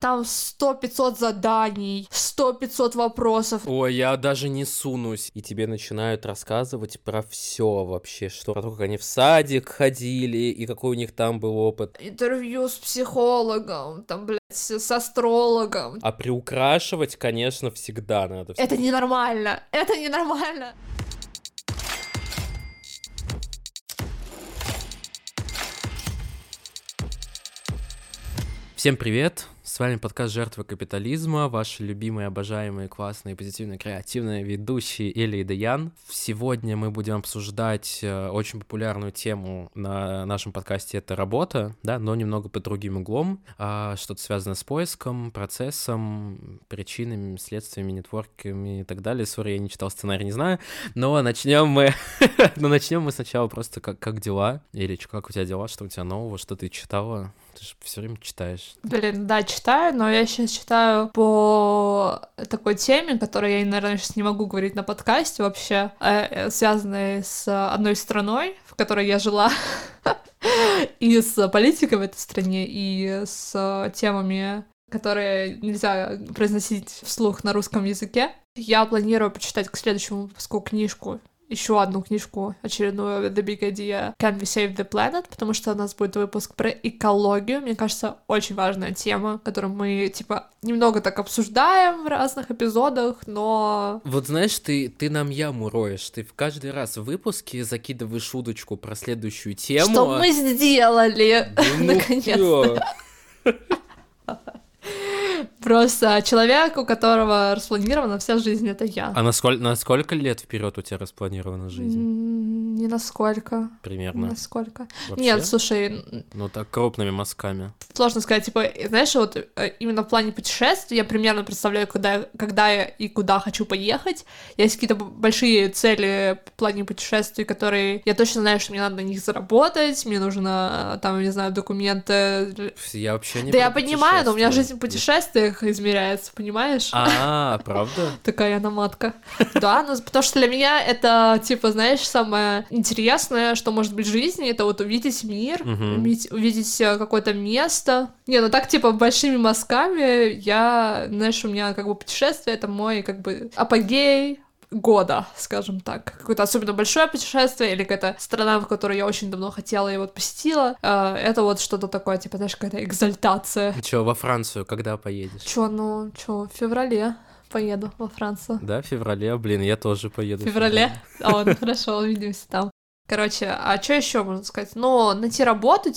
Там 100-500 заданий, 100-500 вопросов. Ой, я даже не сунусь. И тебе начинают рассказывать про все вообще, что про то, как они в садик ходили, и какой у них там был опыт. Интервью с психологом, там, блядь, с астрологом. А приукрашивать, конечно, всегда надо. Это ненормально, это ненормально. Всем привет! С вами подкаст «Жертвы капитализма», ваши любимые, обожаемые, классные, позитивные, креативные ведущие Эля и Даян. Сегодня мы будем обсуждать очень популярную тему на нашем подкасте — это работа, да, но немного под другим углом. Что-то связано с поиском, процессом, причинами, следствиями, нетворками и так далее. Сори, я не читал сценарий, не знаю. Но начнем мы сначала просто как дела. Элич, как у тебя дела? Что у тебя нового? Что ты читала? Ты же все время читаешь. Блин, да, читаю, но я сейчас читаю по такой теме, которую я, наверное, сейчас не могу говорить на подкасте вообще, связанной с одной страной, в которой я жила, и с политикой в этой стране, и с темами, которые нельзя произносить вслух на русском языке. Я планирую почитать к следующему выпуску книжку, еще одну книжку, очередную The Big Idea Can We Save the Planet, потому что у нас будет выпуск про экологию. Мне кажется, очень важная тема, которую мы, немного так обсуждаем в разных эпизодах, но... Вот знаешь, ты нам яму роешь, ты в каждый раз в выпуске закидываешь удочку про следующую тему. Что мы сделали? Наконец-то. Просто человек, у которого распланирована вся жизнь, это я. А на сколько лет вперед у тебя распланирована жизнь? Не насколько. Примерно. Не насколько. Вообще? Нет, слушай... Ну так, крупными мазками. Сложно сказать, знаешь, вот именно в плане путешествий я примерно представляю, когда я и куда хочу поехать. Есть какие-то большие цели в плане путешествий, которые я точно знаю, что мне надо на них заработать, мне нужно, там, не знаю, документы. Я вообще не... Да я понимаю, но у меня жизнь в путешествиях измеряется, понимаешь? Правда? Такая наматка. Да, ну потому что для меня это, знаешь, самое интересное, что может быть в жизни, это вот увидеть мир, увидеть какое-то место. Не, ну так, большими мазками знаешь, у меня путешествие — это мой апогей года, скажем так. Какое-то особенно большое путешествие или какая-то страна, в которую я очень давно хотела и вот посетила. Это вот что-то такое, знаешь, какая-то экзальтация. Чё, во Францию когда поедешь? В феврале поеду во Францию. Да, в феврале, блин, я тоже поеду. В феврале? Ну хорошо, увидимся там. Короче, а что еще можно сказать? Ну, найти работу,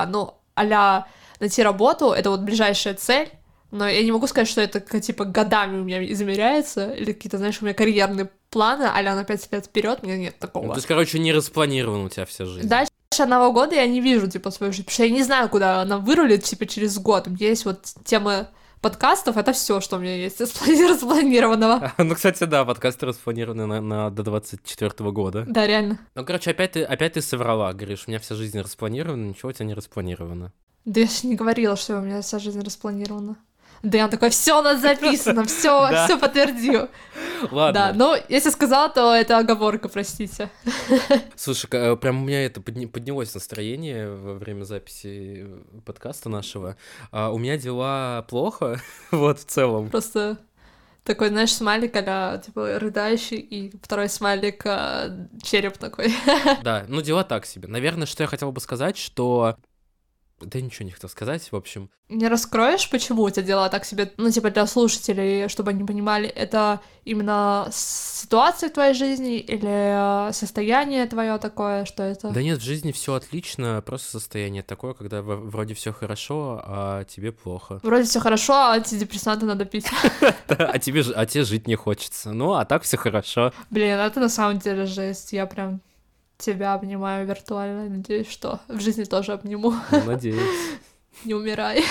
а-ля найти работу — это вот ближайшая цель. Но я не могу сказать, что это годами у меня измеряется, или какие-то, знаешь, у меня карьерные планы, а-ля на 5 лет вперед, у меня нет такого. Ну, то есть, не распланирована у тебя вся жизнь. Дальше одного года я не вижу, свою жизнь, потому что я не знаю, куда она вырулит, через год. У меня есть вот темы подкастов, это все, что у меня есть распланированного. Ну, кстати, да, подкасты распланированы до 24 года. Да, реально. Ну, короче, опять ты соврала, говоришь, у меня вся жизнь распланирована, ничего у тебя не распланировано. Да я же не говорила, что у меня вся жизнь распланирована. Да, я такой, все у нас записано, все подтвердил. Ладно. Да, но если сказала, то это оговорка, простите. Слушай, прям у меня это поднялось настроение во время записи подкаста нашего. У меня дела плохо, вот в целом. Просто такой, знаешь, смайлик, рыдающий, и второй смайлик, череп такой. Да, ну дела так себе. Наверное, что я хотел бы сказать, что... Да ничего не хотел сказать, в общем. Не раскроешь, почему у тебя дела так себе, для слушателей, чтобы они понимали, это именно ситуация в твоей жизни или состояние твое такое, что это? Да нет, в жизни все отлично, просто состояние такое, когда вроде все хорошо, а тебе плохо. Вроде все хорошо, а антидепрессанты надо пить. А тебе жить не хочется. Ну, а так все хорошо. Блин, это на самом деле жесть, я прям... тебя обнимаю виртуально. Надеюсь, что в жизни тоже обниму. Надеюсь. Не умирай.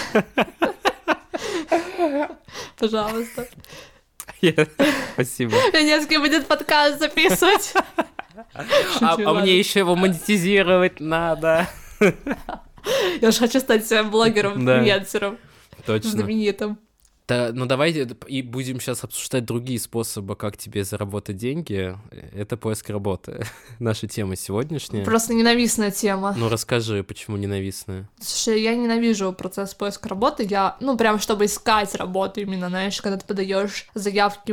Пожалуйста. Спасибо. Мне с кем будет подкаст записывать. А мне еще его монетизировать надо. Я же хочу стать своим блогером, инфлюенсером. Точно. Знаменитым. Да, ну давай и будем сейчас обсуждать другие способы, как тебе заработать деньги. Это поиск работы. Наша тема сегодняшняя. Просто ненавистная тема. Ну расскажи, почему ненавистная? Слушай, я ненавижу процесс поиска работы. Я, прям чтобы искать работу именно, знаешь, когда ты подаешь заявки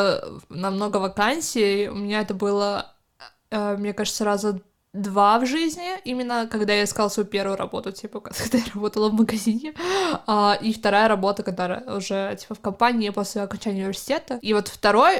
на много вакансий, у меня это было, мне кажется, раза 2 в жизни, именно когда я искала свою первую работу, типа, когда я работала в магазине, и вторая работа, когда уже, типа, в компании после окончания университета. И вот второй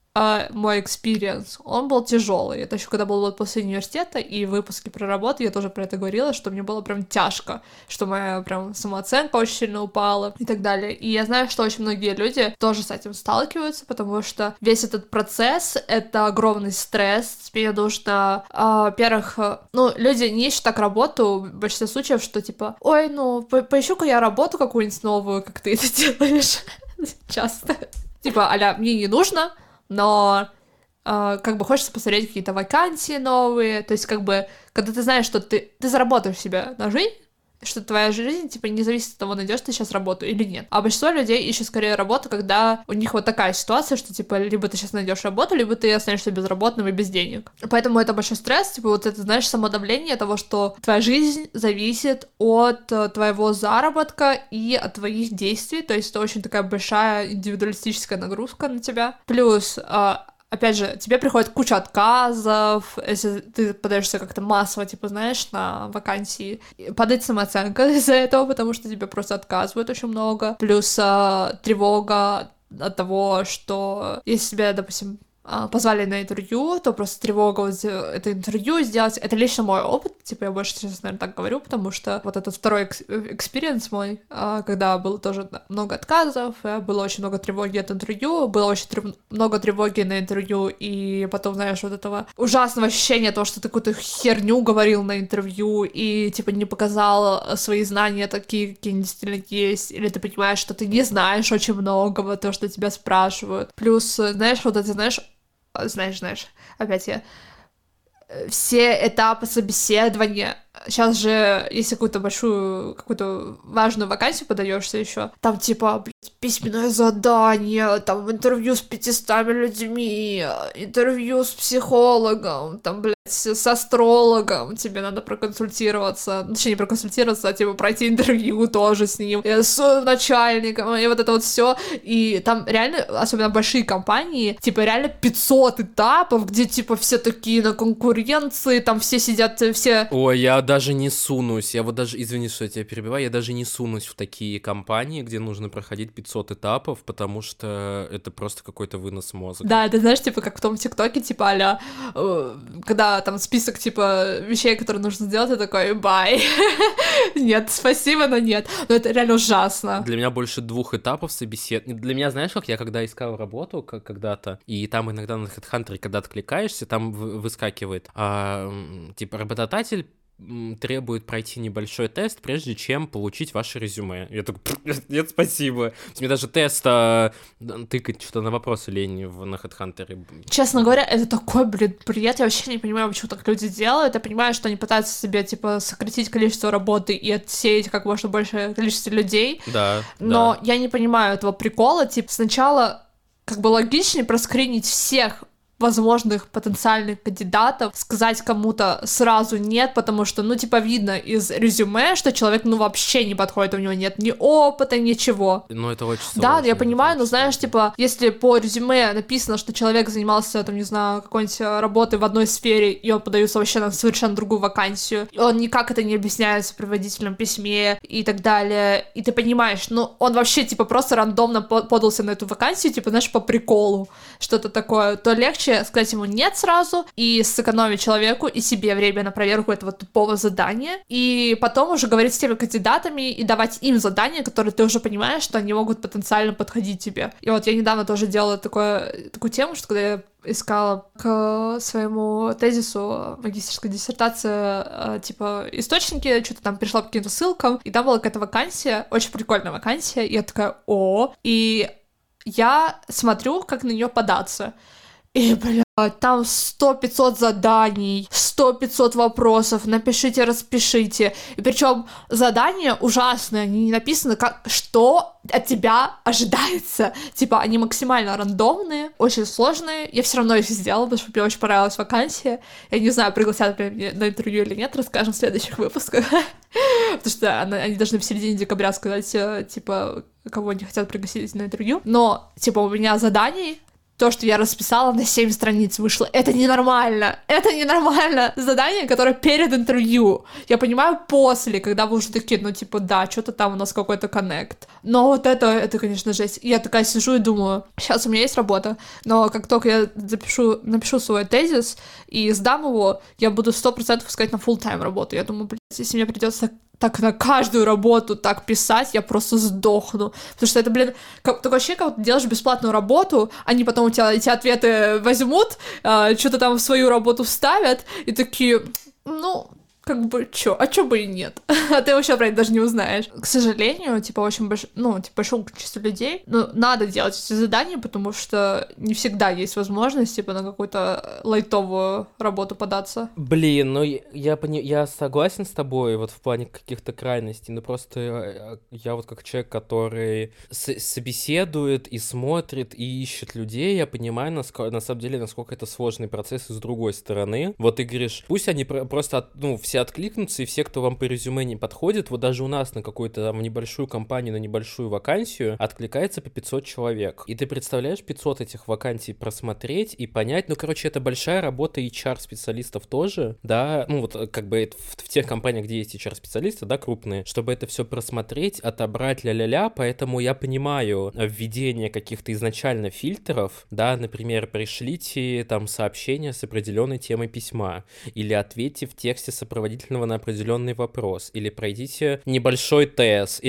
мой экспириенс, он был тяжелый. Это еще когда был вот после университета и выпуски про работу, я тоже про это говорила, что мне было прям тяжко, что моя прям самооценка очень сильно упала и так далее. И я знаю, что очень многие люди тоже с этим сталкиваются, потому что весь этот процесс — это огромный стресс. Тебе нужно, во-первых, люди не ищут так работу в большинстве случаев, что типа, ой, поищу-ка я работу какую-нибудь новую, как ты это делаешь часто. Типа, а-ля, мне не нужно, но как бы хочется посмотреть какие-то вакансии новые, то есть как бы, когда ты знаешь, что ты заработаешь себе на жизнь, что твоя жизнь, типа, не зависит от того, найдешь ты сейчас работу или нет. А большинство людей ищут скорее работу, когда у них вот такая ситуация, что, типа, либо ты сейчас найдешь работу, либо ты останешься безработным и без денег. Поэтому это большой стресс, типа, вот это, знаешь, самодавление того, что твоя жизнь зависит от твоего заработка и от твоих действий, то есть это очень такая большая индивидуалистическая нагрузка на тебя. Плюс опять же, тебе приходит куча отказов, если ты подаешься как-то массово, типа, знаешь, на вакансии. Падает самооценка из-за этого, потому что тебе просто отказывают очень много. Плюс тревога от того, что если тебя, допустим, позвали на интервью, то просто тревога вот это интервью сделать. Это лично мой опыт, типа я больше сейчас, наверное, так говорю, потому что вот этот второй экспириенс мой, когда было тоже много отказов, было очень много тревоги от интервью, было очень много тревоги на интервью, и потом, знаешь, вот этого ужасного ощущения того, что ты какую-то херню говорил на интервью, и, типа, не показал свои знания такие, какие они действительно есть, или ты понимаешь, что ты не знаешь очень многого, то, что тебя спрашивают. Плюс, знаешь, вот это, знаешь, опять я... Все этапы собеседования. Сейчас же, если какую-то важную вакансию подаешься еще, там типа, письменное задание, там интервью с 500 людьми, интервью с психологом, там, с астрологом, тебе надо проконсультироваться, точнее, не проконсультироваться, а типа пройти интервью тоже с ним, с начальником, и вот это вот все. И там реально, особенно большие компании, типа реально 500 этапов, где типа все такие на конкуренции, там все сидят, все... Ой, я даже не сунусь, я вот даже, извини, что я тебя перебиваю, я даже не сунусь в такие компании, где нужно проходить 500 этапов, потому что это просто какой-то вынос мозга. Да, это знаешь, типа, как в том ТикТоке, типа, а-ля, когда там список, типа, вещей, которые нужно сделать, ты такой, бай. Нет, спасибо, но нет. Но это реально ужасно. Для меня больше 2 этапов собеседования. Для меня, знаешь, как я когда искал работу когда-то, и там иногда на HeadHunter, когда откликаешься, там выскакивает, типа, работодатель требует пройти небольшой тест, прежде чем получить ваше резюме. Я такой, нет, спасибо. Мне даже тест тыкать что-то на вопросы лень на HeadHunter. Честно говоря, это такой, бред. Я вообще не понимаю, почему так люди делают. Я понимаю, что они пытаются себе, типа, сократить количество работы и отсеять как можно большее количество людей. Да. Но я не понимаю этого прикола. Типа, сначала как бы логичнее проскринить всех возможных потенциальных кандидатов, сказать кому-то сразу нет, потому что, типа, видно из резюме, что человек, вообще не подходит, у него нет ни опыта, ничего. Это очень сложно. Да, я понимаю, но знаешь, типа, если по резюме написано, что человек занимался, там, не знаю, какой-нибудь работой в одной сфере, и он подается вообще на совершенно другую вакансию, и он никак это не объясняет в сопроводительном письме и так далее, и ты понимаешь, он вообще, типа, просто рандомно подался на эту вакансию, типа, знаешь, по приколу, что-то такое, то легче сказать ему нет сразу и сэкономить человеку и себе время на проверку этого тупого задания, и потом уже говорить с теми кандидатами и давать им задания, которые ты уже понимаешь, что они могут потенциально подходить тебе. И вот я недавно тоже делала такую тему, что когда я искала к своему тезису магистерской диссертации, типа, источники, что-то там пришла по каким-то ссылкам, и там была какая-то вакансия, очень прикольная вакансия, и я такая, и я смотрю, как на нее податься. И, там 100-500 заданий, 100-500 вопросов, напишите, распишите. И причем задания ужасные, они не написаны, как что от тебя ожидается. Типа, они максимально рандомные, очень сложные. Я все равно их сделала, потому что мне очень понравилась вакансия. Я не знаю, пригласят меня на интервью или нет, расскажем в следующих выпусках. Потому что они должны в середине декабря сказать, типа, кого они хотят пригласить на интервью. Но, типа, у меня заданий, то, что я расписала, на 7 страниц вышло. Это ненормально. Это ненормально. Задание, которое перед интервью. Я понимаю, после, когда вы уже такие, ну, типа, да, что-то там у нас какой-то коннект. Но вот это, конечно, жесть. Я такая сижу и думаю, сейчас у меня есть работа, но как только я напишу свой тезис и сдам его, я буду 100% искать на full-time работу. Я думаю, блядь, если мне придется так на каждую работу так писать, я просто сдохну. Потому что это, такое ощущение, как ты делаешь бесплатную работу, они потом у тебя эти ответы возьмут, что-то там в свою работу вставят, и такие, ну, как бы, а чё бы и нет? А ты вообще про это даже не узнаешь. К сожалению, типа, очень большому количеству людей, надо делать эти задания, потому что не всегда есть возможность, типа, на какую-то лайтовую работу податься. Блин, ну, я согласен с тобой вот в плане каких-то крайностей, но просто я вот как человек, который собеседует и смотрит, и ищет людей, я понимаю, на самом деле, насколько это сложный процесс и с другой стороны. Вот ты говоришь, пусть они просто, все откликнутся, и все, кто вам по резюме не подходит, вот даже у нас на какую-то там небольшую компанию, на небольшую вакансию откликается по 500 человек. И ты представляешь 500 этих вакансий просмотреть и понять, это большая работа HR-специалистов тоже, да, как бы в тех компаниях, где есть HR-специалисты, да, крупные, чтобы это все просмотреть, отобрать, ля-ля-ля, поэтому я понимаю введение каких-то изначально фильтров, да, например, пришлите там сообщение с определенной темой письма, или ответьте в тексте сопроводительного на определенный вопрос, или пройдите небольшой тест,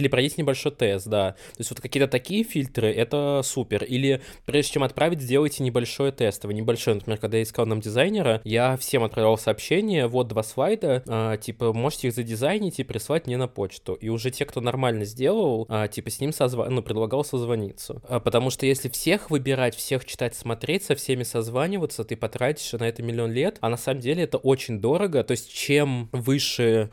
да. То есть вот какие-то такие фильтры, это супер. Или прежде чем отправить, сделайте небольшое тестовое. Например, когда я искал нам дизайнера, я всем отправлял сообщение, вот 2 слайда, типа, можете их задизайнить и прислать мне на почту. И уже те, кто нормально сделал, типа, с ним предлагал созвониться. Потому что если всех выбирать, всех читать, смотреть, со всеми созваниваться, ты потратишь на это миллион лет, а на самом деле это очень дорого. То есть чем выше,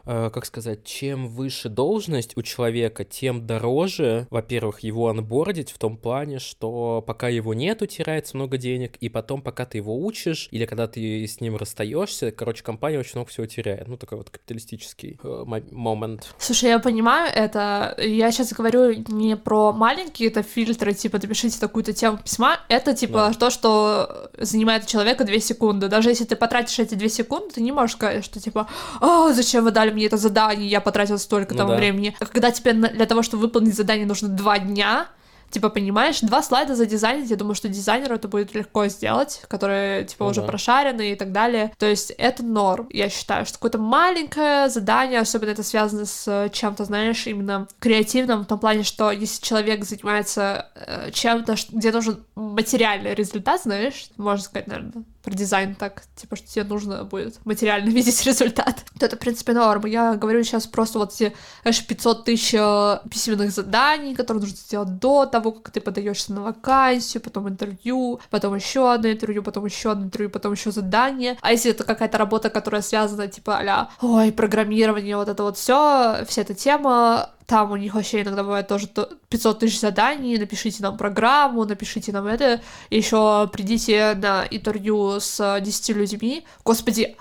чем выше должность у человека, тем дороже, во-первых, его онбордить в том плане, что пока его нету, теряется много денег, и потом, пока ты его учишь, или когда ты с ним расстаешься, компания очень много всего теряет. Такой вот капиталистический момент. Слушай, я понимаю это. Я сейчас говорю не про маленькие это фильтры, типа, напишите такую-то тему письма, это, типа, то, что занимает у человека 2 секунды. Даже если ты потратишь эти 2 секунды, ты не можешь сказать, что, типа, зачем вы дали мне это задание, я потратил столько времени. А когда тебе для того, чтобы выполнить задание, нужно 2 дня, типа, понимаешь, 2 слайда задизайнить, я думаю, что дизайнеру это будет легко сделать, которые, типа, уже прошарены и так далее. То есть это норм. Я считаю, что какое-то маленькое задание, особенно это связано с чем-то, знаешь, именно креативным, в том плане, что если человек занимается чем-то, где нужен материальный результат, знаешь, можно сказать, наверное, про дизайн так, типа, что тебе нужно будет материально видеть результат, то это, в принципе, норм. Я говорю сейчас просто вот эти, знаешь, 500 тысяч письменных заданий, которые нужно сделать до того, как ты подаешься на вакансию, потом интервью, потом еще одно интервью, потом еще одно интервью, потом еще задание. А если это какая-то работа, которая связана, типа, а-ля, программирование, вот это вот вся эта тема, там у них вообще иногда бывает тоже 500 тысяч заданий, напишите нам программу, напишите нам это, еще придите на интервью с 10 людьми. Господи,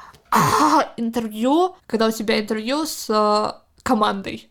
интервью, когда у тебя интервью с командой,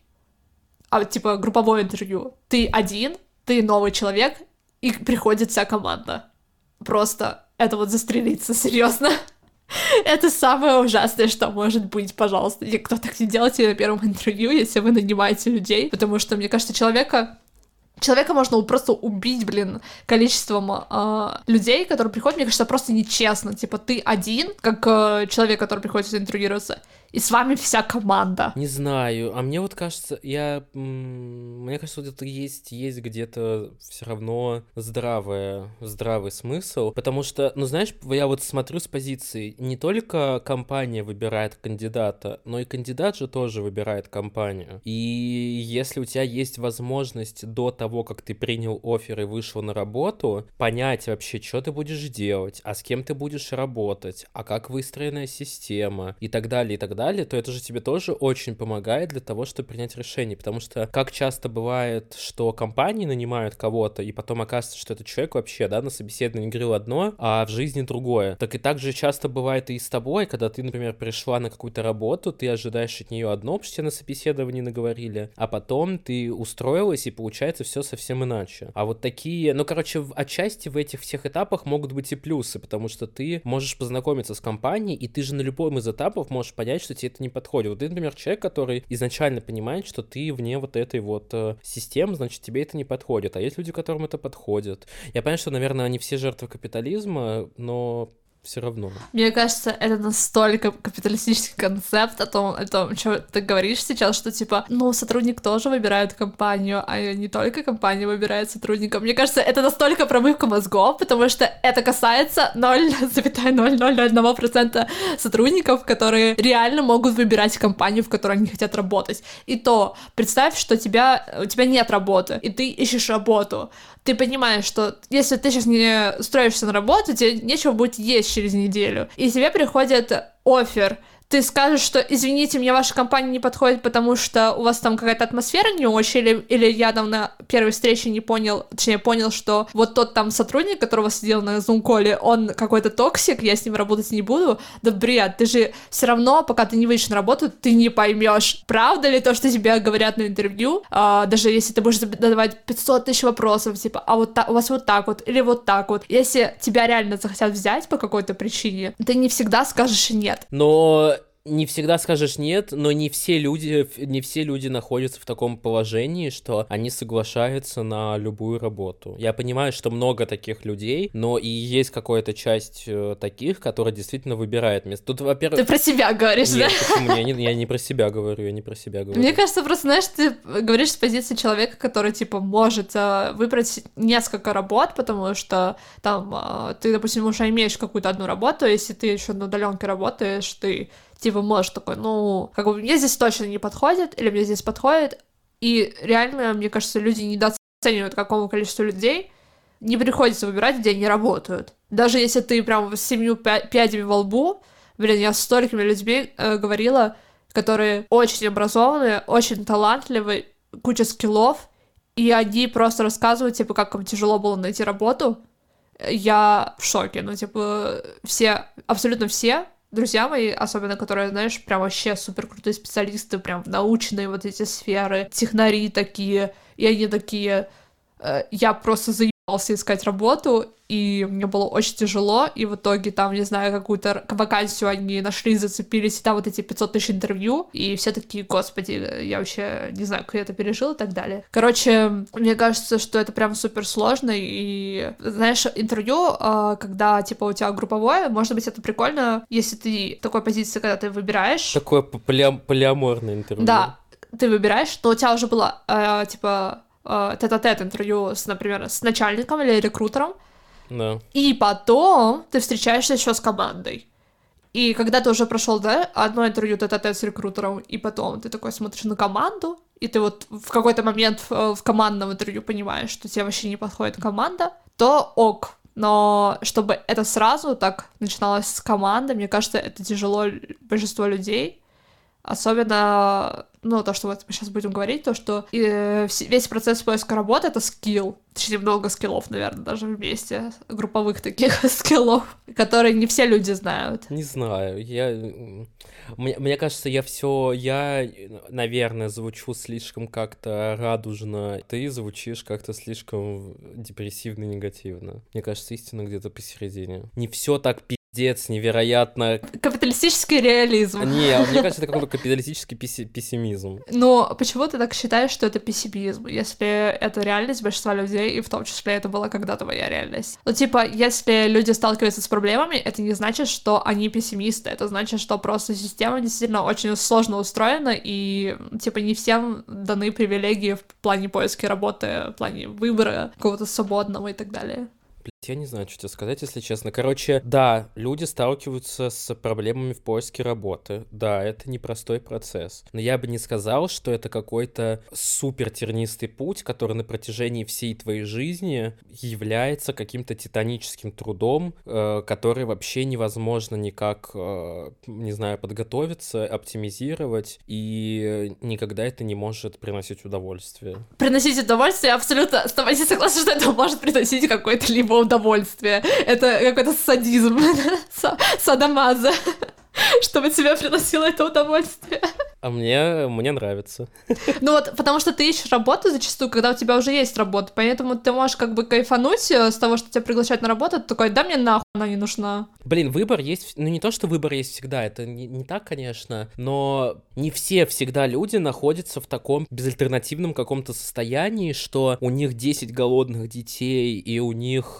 типа групповое интервью. Ты один, ты новый человек, и приходит вся команда. Просто это вот застрелиться, серьезно. Это самое ужасное, что может быть, пожалуйста. Никто так не делайте на первом интервью, если вы нанимаете людей, потому что, мне кажется, человека можно просто убить, количеством людей, которые приходят, мне кажется, просто нечестно. Типа, ты один, как человек, который приходит сюда интервьюироваться, и с вами вся команда. Не знаю, а мне вот кажется, мне кажется, вот это есть где-то все равно здравый смысл, потому что, ну знаешь, я вот смотрю с позиции, не только компания выбирает кандидата, но и кандидат же тоже выбирает компанию. И если у тебя есть возможность до того, как ты принял оффер и вышел на работу, понять вообще, что ты будешь делать, а с кем ты будешь работать, а как выстроена система и так далее, то это же тебе тоже очень помогает для того, чтобы принять решение, потому что как часто бывает, что компании нанимают кого-то, и потом оказывается, что этот человек вообще, да, на собеседовании говорил одно, а в жизни другое. Так и так же часто бывает и с тобой, когда ты, например, пришла на какую-то работу, ты ожидаешь от нее одно, потому что тебе на собеседовании наговорили, а потом ты устроилась, и получается все совсем иначе. А вот такие, ну, короче, отчасти в этих всех этапах могут быть и плюсы, потому что ты можешь познакомиться с компанией, и ты же на любом из этапов можешь понять, что тебе это не подходит. Вот ты, например, человек, который изначально понимает, что ты вне вот этой вот системы, значит, тебе это не подходит. А есть люди, которым это подходит. Я понимаю, что, наверное, они все жертвы капитализма, но все равно. Мне кажется, это настолько капиталистический концепт о том, что ты говоришь сейчас, что, типа, ну, сотрудник тоже выбирает компанию, а не только компания выбирает сотрудника. Мне кажется, это настолько промывка мозгов, потому что это касается 0,0001% сотрудников, которые реально могут выбирать компанию, в которой они хотят работать. И то, представь, что у тебя нет работы, и ты ищешь работу. Ты понимаешь, что если ты сейчас не устроишься на работу, тебе нечего будет есть через неделю. И тебе приходит оффер. Ты скажешь, что, извините, мне ваша компания не подходит, потому что у вас там какая-то атмосфера не очень, или я там на первой встрече не понял, точнее, понял, что вот тот там сотрудник, которого сидел на Zoom-коле, он какой-то токсик, я с ним работать не буду. Да бред, ты же все равно, пока ты не выйдешь на работу, ты не поймешь, правда ли то, что тебе говорят на интервью, даже если ты будешь задавать 500 тысяч вопросов, типа, а вот у вас вот так вот, или вот так вот. Если тебя реально захотят взять по какой-то причине, ты не всегда скажешь нет. Но не всегда скажешь нет, но не все люди находятся в таком положении, что они соглашаются на любую работу. Я понимаю, что много таких людей, но и есть какая-то часть таких, которая действительно выбирает место. Тут, во-первых... Ты про себя говоришь, нет, да? Почему? Я не про себя говорю, Мне кажется, просто, знаешь, ты говоришь с позиции человека, который, типа, может выбрать несколько работ, потому что там ты, допустим, уже имеешь какую-то одну работу, если ты еще на удаленке работаешь, ты типа можешь такой, ну, как бы мне здесь точно не подходит, или мне здесь подходит, и реально, мне кажется, люди недооценивают, какому количеству людей не приходится выбирать, где они работают. Даже если ты прям с 7 пядями во лбу, блин, я с столькими людьми говорила, которые очень образованные, очень талантливые, куча скиллов, и они просто рассказывают, типа, как им тяжело было найти работу. Я в шоке, ну, типа, абсолютно все друзья мои, особенно которые, знаешь, прям вообще супер крутые специалисты, прям научные вот эти сферы, технари такие, и они такие, я просто заебался искать работу, и мне было очень тяжело, и в итоге там, не знаю, какую-то вакансию они нашли, зацепились, и там вот эти 500 тысяч интервью, и все такие, господи, я вообще не знаю, как я это пережил и так далее. Короче, мне кажется, что это прям супер сложно, и, знаешь, интервью, когда, типа, у тебя групповое, может быть, это прикольно, если ты в такой позиции, когда ты выбираешь... Такое полиаморное интервью. Да, ты выбираешь, но у тебя уже было, типа, тет-а-тет интервью, например, с начальником или рекрутером, да. И потом ты встречаешься еще с командой. И когда ты уже прошел, да, одно интервью тет-а-тет с рекрутером, и потом ты такой смотришь на команду, и ты вот в какой-то момент в командном интервью понимаешь, что тебе вообще не подходит команда, то ок. Но чтобы это сразу так начиналось с команды, мне кажется, это тяжело большинство людей. Особенно, ну, то, что вот мы сейчас будем говорить, то, что весь процесс поиска работы — это скилл. Точнее, много скиллов, наверное, даже вместе, групповых таких скиллов, которые не все люди знают. Не знаю, мне кажется, я, наверное, звучу слишком как-то радужно, ты звучишь как-то слишком депрессивно и негативно. Мне кажется, истина где-то посередине. Не все так пиздец, невероятно... Капиталистический реализм. Не, мне кажется, это какой-то капиталистический пессимизм. Но почему ты так считаешь, что это пессимизм, если это реальность большинства людей, и в том числе это была когда-то моя реальность? Ну, типа, если люди сталкиваются с проблемами, это не значит, что они пессимисты, это значит, что просто система действительно очень сложно устроена, и, типа, не всем даны привилегии в плане поиска работы, в плане выбора какого-то свободного и так далее. Я не знаю, что тебе сказать, если честно. Короче, да, люди сталкиваются с проблемами в поиске работы. Да, это непростой процесс. Но я бы не сказал, что это какой-то супер тернистый путь, который на протяжении всей твоей жизни является каким-то титаническим трудом, который вообще невозможно никак, не знаю, подготовиться, оптимизировать, и никогда это не может приносить удовольствие. Приносить удовольствие? Абсолютно оставайся согласна, что это может приносить какое-то либо удовольствие. Это какой-то садизм, садомаза, чтобы тебе приносило это удовольствие. А мне нравится. Ну вот, потому что ты ищешь работу зачастую, когда у тебя уже есть работа, поэтому ты можешь как бы кайфануть с того, что тебя приглашают на работу, ты такой, да мне нахуй она не нужна. Блин, выбор есть, ну не то, что выбор есть всегда, это не так, конечно, но не все всегда люди находятся в таком безальтернативном каком-то состоянии, что у них 10 голодных детей, и у них,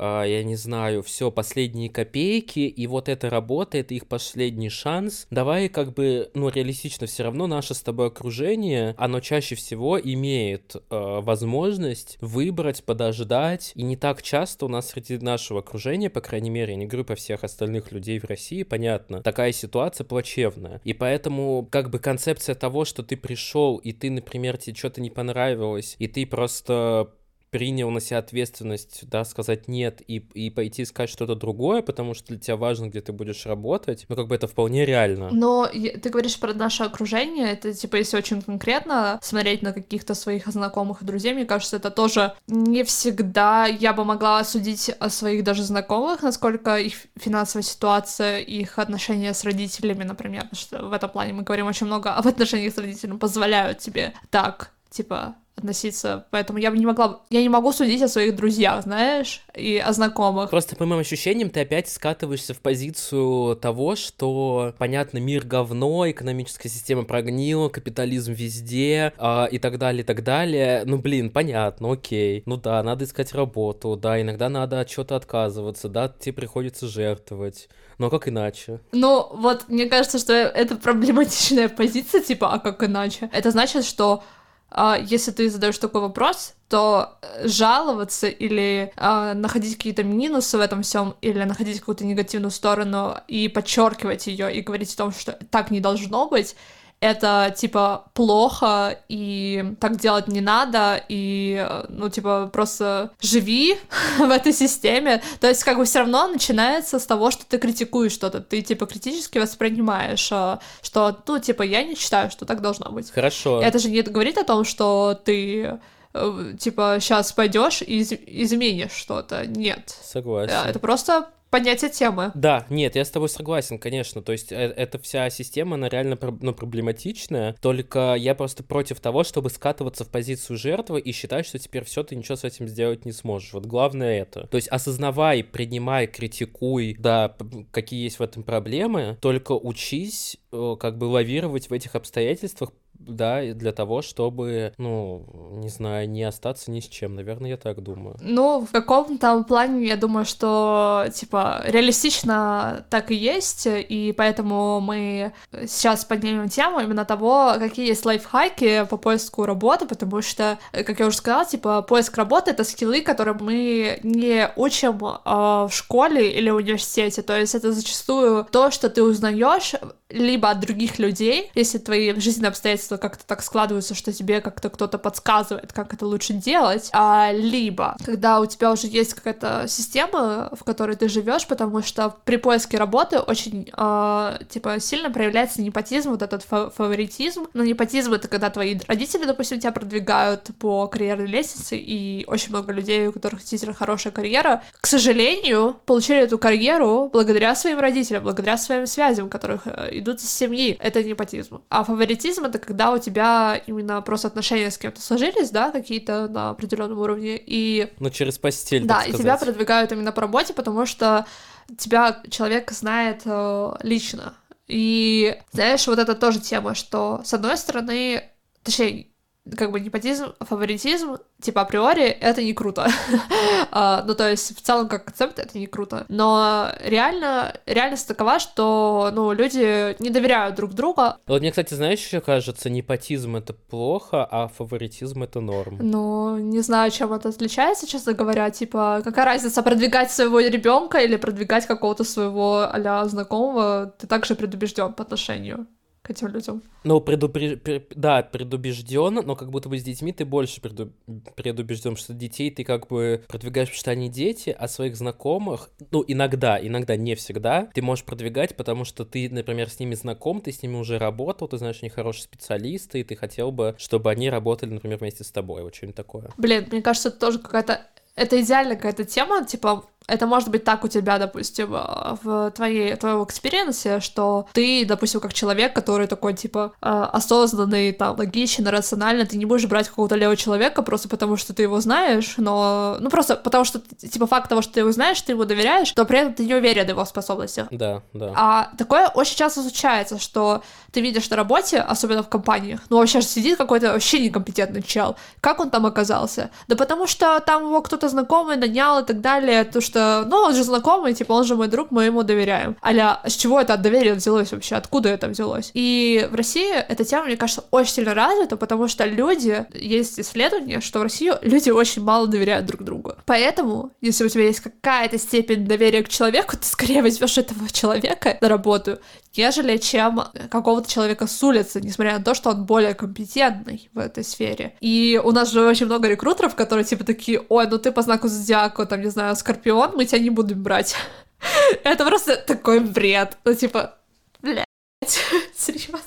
я не знаю, все последние копейки, и вот эта работа, это их последний шанс. Давай как бы, ну реалистично, все равно наше с тобой окружение, оно чаще всего имеет возможность выбрать, подождать, и не так часто у нас среди нашего окружения, по крайней мере, я не говорю про всех остальных людей в России, понятно, такая ситуация плачевная, и поэтому как бы концепция того, что ты пришел, и ты, например, тебе что-то не понравилось, и ты просто принял на себя ответственность, да, сказать нет и пойти искать что-то другое, потому что для тебя важно, где ты будешь работать, ну, как бы это вполне реально. Но ты говоришь про наше окружение, это, типа, если очень конкретно смотреть на каких-то своих знакомых и друзей, мне кажется, это тоже не всегда я бы могла судить о своих даже знакомых, насколько их финансовая ситуация, их отношения с родителями, например, потому что в этом плане мы говорим очень много об отношениях с родителями, позволяют тебе так, типа, относиться, поэтому я не могу судить о своих друзьях, знаешь, и о знакомых. Просто по моим ощущениям ты опять скатываешься в позицию того, что, понятно, мир говно, экономическая система прогнила, капитализм везде, и так далее, и так далее. Ну, блин, понятно, окей. Ну да, надо искать работу, да, иногда надо от чего-то отказываться, да, тебе приходится жертвовать. Но как иначе? Ну, вот, мне кажется, что это проблематичная позиция, типа, а как иначе? Это значит, что если ты задаешь такой вопрос, то жаловаться или находить какие-то минусы в этом всем, или находить какую-то негативную сторону и подчеркивать ее и говорить о том, что так не должно быть, это, типа, плохо, и так делать не надо, и, ну, типа, просто живи в этой системе. То есть, как бы, все равно начинается с того, что ты критикуешь что-то, ты, типа, критически воспринимаешь, что, ну, типа, я не считаю, что так должно быть. Хорошо. Это же не говорит о том, что ты, типа, сейчас пойдешь и изменишь что-то. Нет. Согласен. Это просто поднятие темы. Да, нет, я с тобой согласен, конечно, то есть эта вся система, она реально проблематичная, только я просто против того, чтобы скатываться в позицию жертвы и считать, что теперь все, ты ничего с этим сделать не сможешь. Вот главное это. То есть осознавай, принимай, критикуй, да, какие есть в этом проблемы, только учись как бы лавировать в этих обстоятельствах, да, для того, чтобы, ну, не знаю, не остаться ни с чем. Наверное, я так думаю. Ну, в каком-то плане, я думаю, что, типа, реалистично так и есть, и поэтому мы сейчас поднимем тему именно того, какие есть лайфхаки по поиску работы, потому что, как я уже сказала, типа, поиск работы — это скиллы, которые мы не учим в школе или университете, то есть это зачастую то, что ты узнаешь либо от других людей, если твои жизненные обстоятельства как-то так складываются, что тебе как-то кто-то подсказывает, как это лучше делать, либо когда у тебя уже есть какая-то система, в которой ты живешь, потому что при поиске работы очень, типа, сильно проявляется непотизм, вот этот фаворитизм. Но непотизм — это когда твои родители, допустим, тебя продвигают по карьерной лестнице, и очень много людей, у которых действительно хорошая карьера, к сожалению, получили эту карьеру благодаря своим родителям, благодаря своим связям, которых идут из семьи. Это непотизм. А фаворитизм — это когда когда у тебя именно просто отношения с кем-то сложились, да, какие-то на определенном уровне, и... Ну, через постель, да, так и сказать. тебя продвигают именно по работе, потому что тебя человек знает лично. И, знаешь, вот это тоже тема, что, с одной стороны, точнее, как бы непотизм, фаворитизм, типа априори, это не круто. Ну, то есть, в целом, как концепт, это не круто. Но реальность такова, что, ну, люди не доверяют друг другу. Вот мне, кстати, знаешь, еще кажется, непотизм — это плохо, а фаворитизм — это норм. Ну, не знаю, чем это отличается, честно говоря. Типа, какая разница, продвигать своего ребенка или продвигать какого-то своего а-ля знакомого? Ты также предубежден по отношению к этим людям. Ну, да, предубежден, но как будто бы с детьми ты больше предубежден, что детей ты как бы продвигаешь, потому что они дети, а своих знакомых, ну, иногда, не всегда, ты можешь продвигать, потому что ты, например, с ними знаком, ты с ними уже работал, ты знаешь, они хорошие специалисты, и ты хотел бы, чтобы они работали, например, вместе с тобой, вот что-нибудь такое. Блин, мне кажется, это тоже какая-то... Это идеальная какая-то тема, типа, это может быть так у тебя, допустим, в твоем экспириенсе, что ты, допустим, как человек, который такой, типа, осознанный, там, логичный, рациональный, ты не будешь брать какого-то левого человека просто потому, что ты его знаешь, но... Ну, просто потому что, типа, факт того, что ты его знаешь, ты ему доверяешь, но при этом ты не уверен в его способностях. Да, да. А такое очень часто случается, что ты видишь на работе, особенно в компаниях, ну, вообще же сидит какой-то вообще некомпетентный чел. Как он там оказался? Да потому что там его кто-то знакомый нанял и так далее, то что, ну, он же знакомый, типа, он же мой друг, мы ему доверяем. Аля, с чего это доверие взялось вообще? Откуда это взялось? И в России эта тема, мне кажется, очень сильно развита, потому что есть исследования, что в России люди очень мало доверяют друг другу. Поэтому, если у тебя есть какая-то степень доверия к человеку, ты скорее возьмешь этого человека на работу, нежели чем какого-то человека с улицы, несмотря на то, что он более компетентный в этой сфере. И у нас же очень много рекрутеров, которые типа такие: ой, ну ты по знаку зодиака, там, не знаю, Скорпион, мы тебя не будем брать. Это просто такой бред. Ну, типа, блядь, серьезно.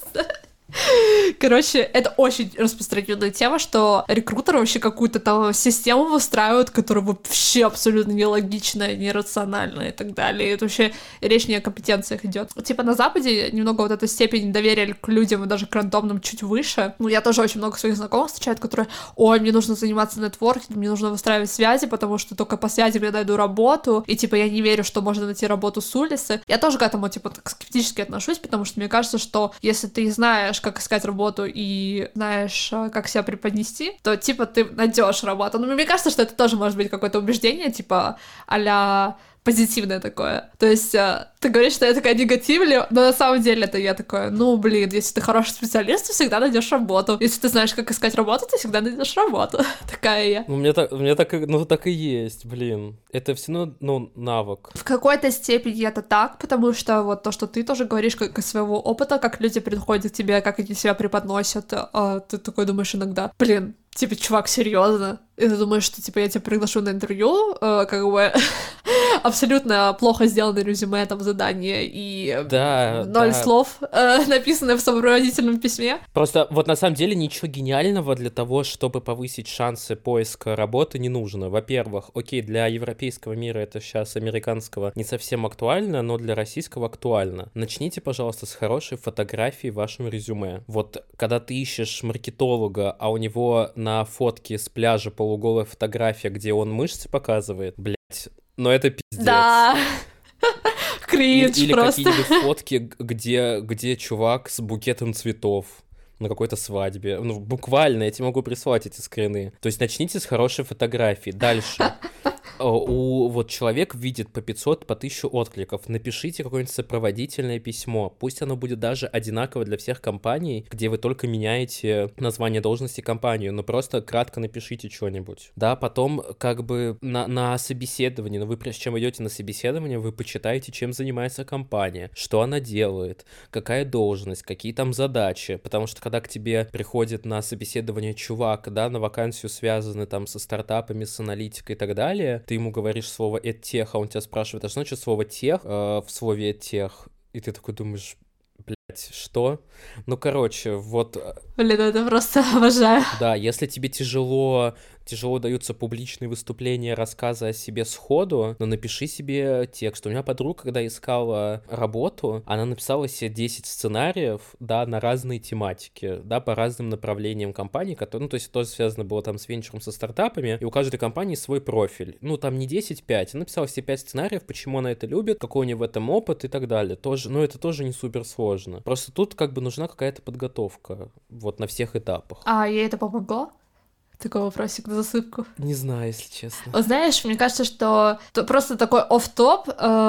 Короче, это очень распространенная тема, что рекрутеры вообще какую-то там систему выстраивают, которая вообще абсолютно нелогичная, нерациональная и так далее. И это вообще речь не о компетенциях идет. Типа на Западе немного вот эта степень доверия к людям и даже к рандомным чуть выше. Ну, я тоже очень много своих знакомых встречаю, которые: ой, мне нужно заниматься нетворкингом, мне нужно выстраивать связи, потому что только по связи я найду работу, и типа я не верю, что можно найти работу с улицы. Я тоже к этому типа так скептически отношусь, потому что мне кажется, что если ты знаешь, как искать работу и знаешь, как себя преподнести, то, типа, ты найдешь работу. Но мне кажется, что это тоже может быть какое-то убеждение, типа, а-ля позитивное такое. То есть ты говоришь, что я такая негативная, но на самом деле это я такая: ну, блин, если ты хороший специалист, ты всегда найдешь работу. Если ты знаешь, как искать работу, ты всегда найдешь работу. Такая я. Ну, так и есть, блин. Это все равно, ну, навык. В какой-то степени это так, потому что вот то, что ты тоже говоришь, как из своего опыта, как люди приходят к тебе, как они себя преподносят, ты такой думаешь иногда: блин, типа, чувак, серьезно? И ты думаешь, что, типа, я тебя приглашу на интервью, как бы абсолютно плохо сделанное резюме, там, задание, и ноль слов, написанное в сопроводительном письме. Просто вот на самом деле ничего гениального для того, чтобы повысить шансы поиска работы, не нужно. Во-первых, окей, для европейского мира это сейчас, американского, не совсем актуально, но для российского актуально. Начните, пожалуйста, с хорошей фотографии в вашем резюме. Вот когда ты ищешь маркетолога, а у него на фотке с пляжа полуголая фотография, где он мышцы показывает, блять, но это пиздец. Да. Кринж Или просто. какие-нибудь фотки, где чувак с букетом цветов на какой-то свадьбе. Ну, буквально, я тебе могу прислать эти скрины. То есть начните с хорошей фотографии. Дальше. Вот человек видит по 500, по 1000 откликов. Напишите какое-нибудь сопроводительное письмо. Пусть оно будет даже одинаково для всех компаний, где вы только меняете название должности компании, но просто кратко напишите что-нибудь. Да, потом как бы на собеседовании, но вы прежде чем идете на собеседование, вы почитаете, чем занимается компания, что она делает, какая должность, какие там задачи. Потому что когда к тебе приходит на собеседование чувак, да, на вакансию связанный там со стартапами, с аналитикой и так далее, ты ему говоришь слово «эдтех», а он тебя спрашивает: а что значит слово «тех» в слове «эдтех»? И ты такой думаешь: блять, что? Ну, короче, вот... Блин, это просто обожаю. Да, если тебе тяжело тяжело даются публичные выступления, рассказы о себе сходу, но напиши себе текст. У меня подруга, когда искала работу, она написала себе 10 сценариев, да, на разные тематики, да, по разным направлениям компании, которые, ну, то есть тоже связано было там с венчуром, со стартапами, и у каждой компании свой профиль. Ну, там не 10-5, она написала себе 5 сценариев, почему она это любит, какой у нее в этом опыт и так далее. Тоже, но это тоже не супер сложно. Просто тут как бы нужна какая-то подготовка, вот на всех этапах. А ей это помогло? Такой вопросик на засыпку. Не знаю, если честно. Вот знаешь, мне кажется, что просто такой офф-топ,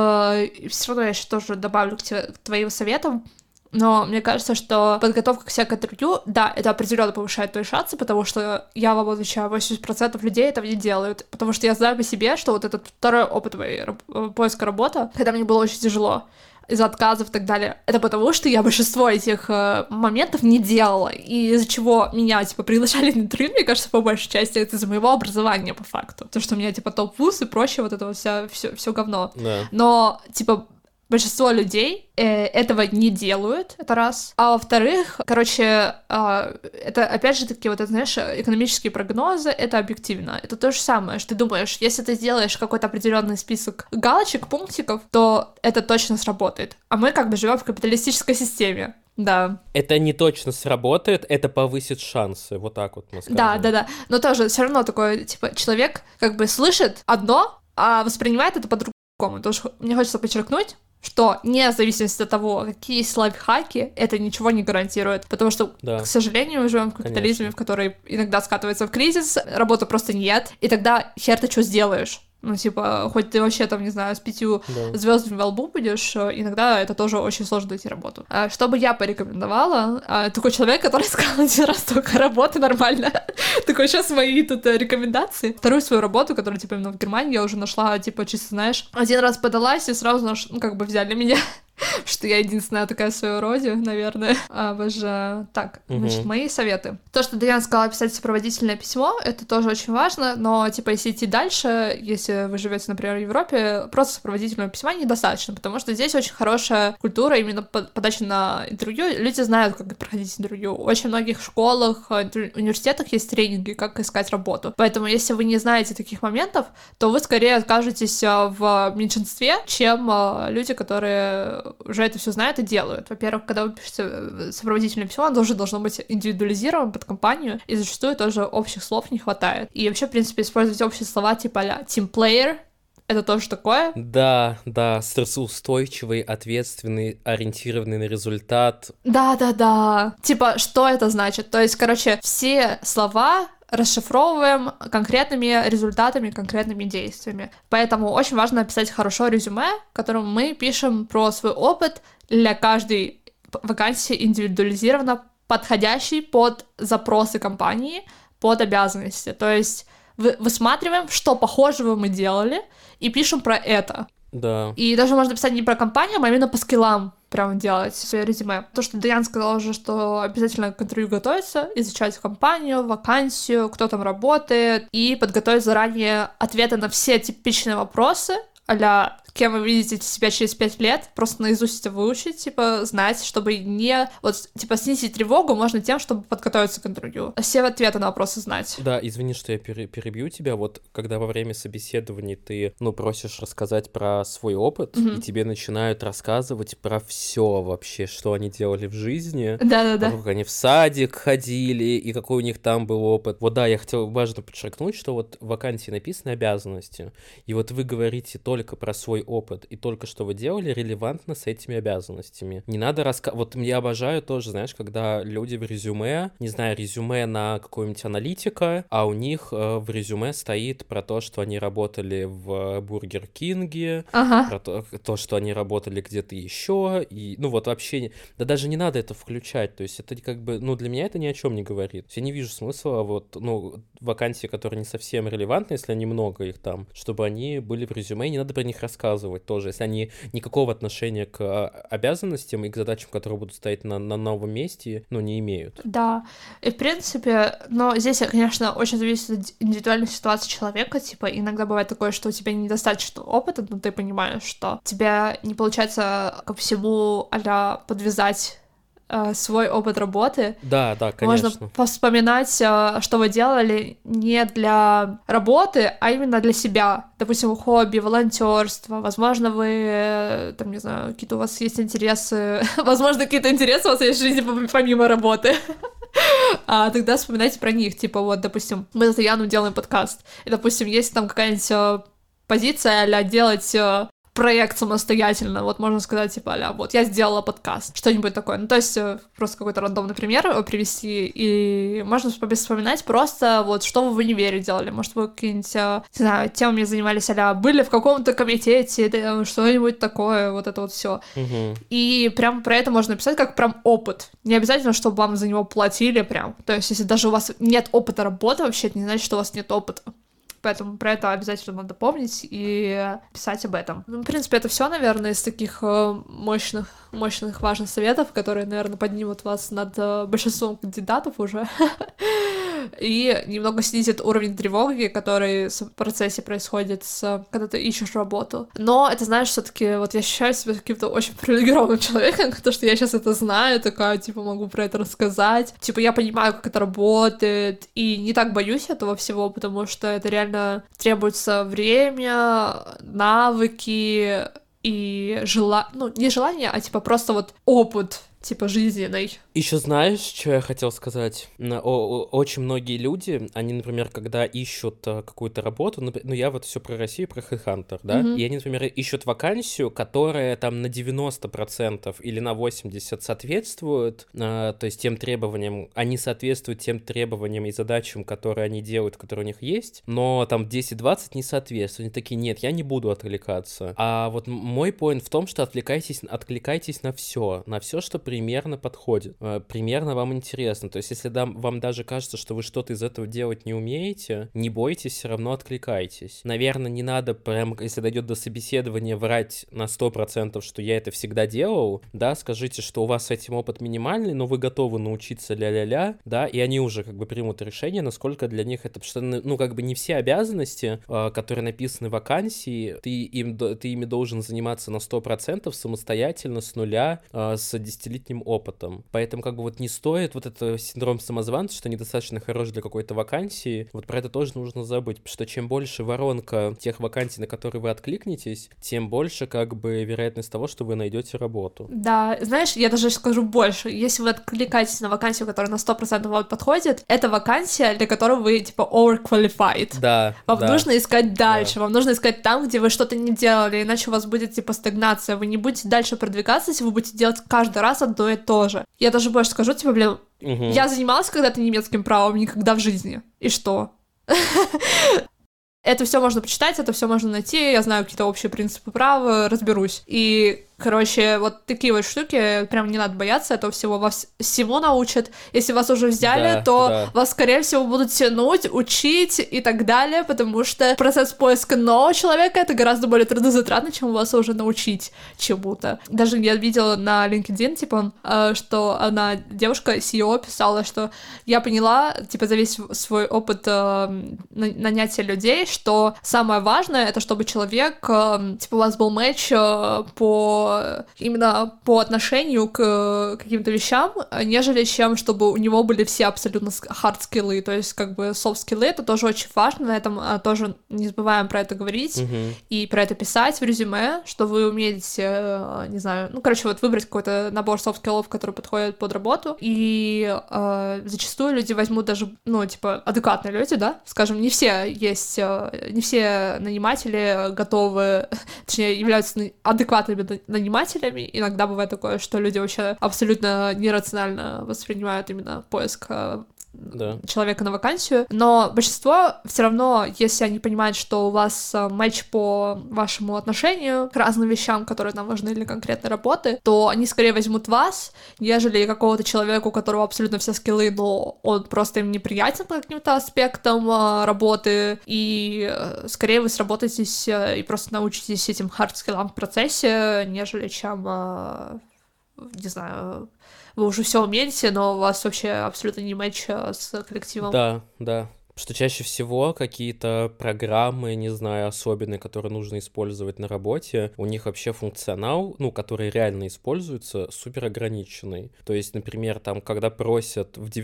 все равно я еще тоже добавлю к твоим советам, но мне кажется, что подготовка к всякому интервью, да, это определенно повышает твои шансы, потому что я вам отвечаю, 80% людей этого не делают, потому что я знаю по себе, что вот этот второй опыт моей поиска работы, когда мне было очень тяжело, из-за отказов и так далее. Это потому, что я большинство этих моментов не делала, и из-за чего меня, типа, приглашали на интервью, мне кажется, по большей части, это из-за моего образования, по факту. То, что у меня, типа, топ-вуз и прочее, вот это вот все говно. Да. Но, типа, большинство людей этого не делают, это раз. А во-вторых, короче, это, опять же таки, вот это, знаешь, экономические прогнозы, это объективно. Это то же самое, что ты думаешь, если ты сделаешь какой-то определенный список галочек, пунктиков, то это точно сработает. А мы как бы живем в капиталистической системе. Да. Это не точно сработает, это повысит шансы, вот так вот мы скажем. Да. Но тоже все равно такой, типа, человек как бы слышит одно, а воспринимает это по-другому. Тоже мне хочется подчеркнуть, что вне зависимости от того, какие есть лайфхаки, это ничего не гарантирует. Потому что, к сожалению, мы живем в капитализме, в который иногда скатывается в кризис, работы просто нет, и тогда хер ты что сделаешь? Ну, типа, хоть ты вообще там, не знаю, с 5 звездами во лбу будешь, иногда это тоже очень сложно найти работу. Что бы я порекомендовала? Такой человек, который искал один раз только работы нормально. Такой, сейчас мои тут рекомендации. Вторую свою работу, которую, типа, именно в Германии я уже нашла, типа, чисто, знаешь, один раз подалась, и сразу, ну, как бы взяли меня. Что я единственная такая в своем роде, наверное. Обожаю. Так, значит, мои советы. То, что Даян сказала писать сопроводительное письмо, это тоже очень важно, но, типа, если идти дальше, если вы живете, например, в Европе, просто сопроводительного письма недостаточно, потому что здесь очень хорошая культура именно подачи на интервью. Люди знают, как проходить интервью. В очень многих школах, университетах есть тренинги, как искать работу. Поэтому, если вы не знаете таких моментов, то вы скорее окажетесь в меньшинстве, чем люди, которые уже это все знают и делают. Во-первых, когда вы пишете сопроводительное письмо, оно тоже должно быть индивидуализировано под компанию, и зачастую тоже общих слов не хватает. И вообще, в принципе, использовать общие слова типа а-ля team player, это тоже такое? Да, стрессоустойчивый, ответственный, ориентированный на результат. Да. Типа, что это значит? То есть, короче, все слова расшифровываем конкретными результатами, конкретными действиями. Поэтому очень важно написать хорошо резюме, в котором мы пишем про свой опыт для каждой вакансии индивидуализированно подходящий под запросы компании, под обязанности. То есть высматриваем, что похожего мы делали, и пишем про это. Да. И даже можно писать не про компанию, а именно по скиллам прям делать свое резюме. То, что Даян сказал уже, что обязательно к интервью готовиться, изучать компанию, вакансию, кто там работает, и подготовить заранее ответы на все типичные вопросы, а-ля кем вы видите себя через 5 лет, просто наизусть это выучить, типа, знать, чтобы не... Вот, типа, снизить тревогу можно тем, чтобы подготовиться к интервью. Все ответы на вопросы знать. Да, извини, что я перебью тебя. Вот, когда во время собеседований ты, просишь рассказать про свой опыт, и тебе начинают рассказывать про все вообще, что они делали в жизни. Да. Как они в садик ходили, и какой у них там был опыт. Вот да, я хотел важно подчеркнуть, что вот в вакансии написаны обязанности, и вот вы говорите только про свой опыт, и только что вы делали релевантно с этими обязанностями. Не надо Вот я обожаю тоже, знаешь, когда люди в резюме, не знаю, резюме на какого-нибудь аналитика, а у них в резюме стоит про то, что они работали в Бургер Кинге, про то, что они работали где-то еще, и, вот вообще, да даже не надо это включать, то есть это как бы, для меня это ни о чем не говорит. Я не вижу смысла вакансии, которые не совсем релевантны, если они много их там, чтобы они были в резюме, и не надо про них рассказывать тоже, если они никакого отношения к обязанностям и к задачам, которые будут стоять на новом месте, не имеют. Да, и в принципе, но здесь, конечно, очень зависит от индивидуальной ситуации человека, типа, иногда бывает такое, что у тебя недостаточно опыта, но ты понимаешь, что тебя не получается ко всему а-ля подвязать свой опыт работы. Да, конечно. Можно вспоминать, что вы делали не для работы, а именно для себя. Допустим, хобби, волонтерство. Возможно, вы, там, не знаю, какие-то у вас есть интересы. Возможно, какие-то интересы у вас есть в жизни помимо работы. А тогда вспоминайте про них. Типа, вот, допустим, мы с Яном делаем подкаст. И, допустим, есть там какая-нибудь позиция а-ля делать проект самостоятельно, вот можно сказать, типа, а-ля, вот, я сделала подкаст, что-нибудь такое, ну, то есть, просто какой-то рандомный пример привести, и можно вспоминать просто, вот, что вы в универе делали, может, вы какие-нибудь, не знаю, темами занимались, а-ля, были в каком-то комитете, что-нибудь такое, вот это вот все. И прям про это можно написать как прям опыт, не обязательно, чтобы вам за него платили прям, то есть, если даже у вас нет опыта работы вообще, это не значит, что у вас нет опыта. Поэтому про это обязательно надо помнить и писать об этом. Ну, в принципе, это все, наверное, из таких мощных, важных советов, которые, наверное, поднимут вас над большинством кандидатов уже. И немного снизит уровень тревоги, который в процессе происходит, когда ты ищешь работу. Но это, знаешь, все-таки вот я ощущаю себя каким-то очень привилегированным человеком, потому что я сейчас это знаю, такая, типа, могу про это рассказать. Типа, я понимаю, как это работает, и не так боюсь этого всего, потому что это реально требуется время, навыки и ну, не желание, а типа просто вот опыт, типа, жизненный. Еще знаешь, что я хотел сказать? Очень многие люди, они, например, когда ищут какую-то работу, ну, я вот все про Россию, про HeadHunter, да, и они, например, ищут вакансию, которая там на 90% или на 80% соответствует, то есть тем требованиям, они соответствуют тем требованиям и задачам, которые они делают, которые у них есть, но там 10-20 не соответствуют. Они такие, нет, я не буду отвлекаться. А вот мой поинт в том, что откликайтесь на все, что примерно подходит, примерно вам интересно. То есть, если вам даже кажется, что вы что-то из этого делать не умеете, не бойтесь, все равно откликайтесь. Наверное, не надо прям, если дойдет до собеседования, врать на 100%, что я это всегда делал, да, скажите, что у вас с этим опыт минимальный, но вы готовы научиться ля-ля-ля, да, и они уже как бы примут решение, насколько для них это, потому что, ну, как бы не все обязанности, которые написаны в вакансии, ты ими должен заниматься на 100% самостоятельно, с нуля, с 10-летним опытом. Поэтому как бы вот не стоит вот это синдром самозванца, что недостаточно хорош для какой-то вакансии, вот про это тоже нужно забыть, потому что чем больше воронка тех вакансий, на которые вы откликнетесь, тем больше как бы вероятность того, что вы найдете работу. Да, знаешь, я даже скажу больше, если вы откликаетесь на вакансию, которая на 100% вам подходит, это вакансия, для которой вы типа overqualified. Да. Вам нужно искать дальше, вам нужно искать там, где вы что-то не делали, иначе у вас будет типа стагнация, вы не будете дальше продвигаться, если вы будете делать каждый раз одно и то же. Я даже больше скажу, типа, блин, я занималась когда-то немецким правом, никогда в жизни. И что? Это все можно почитать, это все можно найти, я знаю какие-то общие принципы права, разберусь. И, короче, вот такие вот штуки, прям не надо бояться, этого всего вас всему научат. Если вас уже взяли, то вас, скорее всего, будут тянуть, учить и так далее, потому что процесс поиска нового человека — это гораздо более трудозатратно, чем вас уже научить чему-то. Даже я видела на LinkedIn, типа, что одна девушка, CEO, писала, что я поняла, типа, за весь свой опыт нанятия людей, что самое важное — это чтобы человек, типа, у вас был матч именно по отношению к каким-то вещам, нежели чем чтобы у него были все абсолютно хард-скиллы, то есть как бы софт-скиллы — это тоже очень важно, на этом тоже не забываем про это говорить и про это писать в резюме, что вы умеете, не знаю, ну, короче, вот выбрать какой-то набор софт-скиллов, которые подходят под работу, и зачастую люди возьмут даже, ну, типа, адекватные люди, да, скажем, не все наниматели готовы, точнее, являются адекватными нанимателями. Иногда бывает такое, что люди вообще абсолютно нерационально воспринимают именно поиск человека на вакансию, но большинство все равно, если они понимают, что у вас матч по вашему отношению к разным вещам, которые нам важны для конкретной работы, то они скорее возьмут вас, нежели какого-то человека, у которого абсолютно все скиллы, но он просто им неприятен по каким-то аспектам работы, и скорее вы сработаетесь и просто научитесь этим хард-скиллам в процессе, нежели чем, не знаю, вы уже все умеете, но у вас вообще абсолютно не матч с коллективом. Да, Что чаще всего какие-то программы, не знаю, особенные, которые нужно использовать на работе, у них вообще функционал, ну, который реально используется, супер ограниченный. То есть, например, там, когда просят в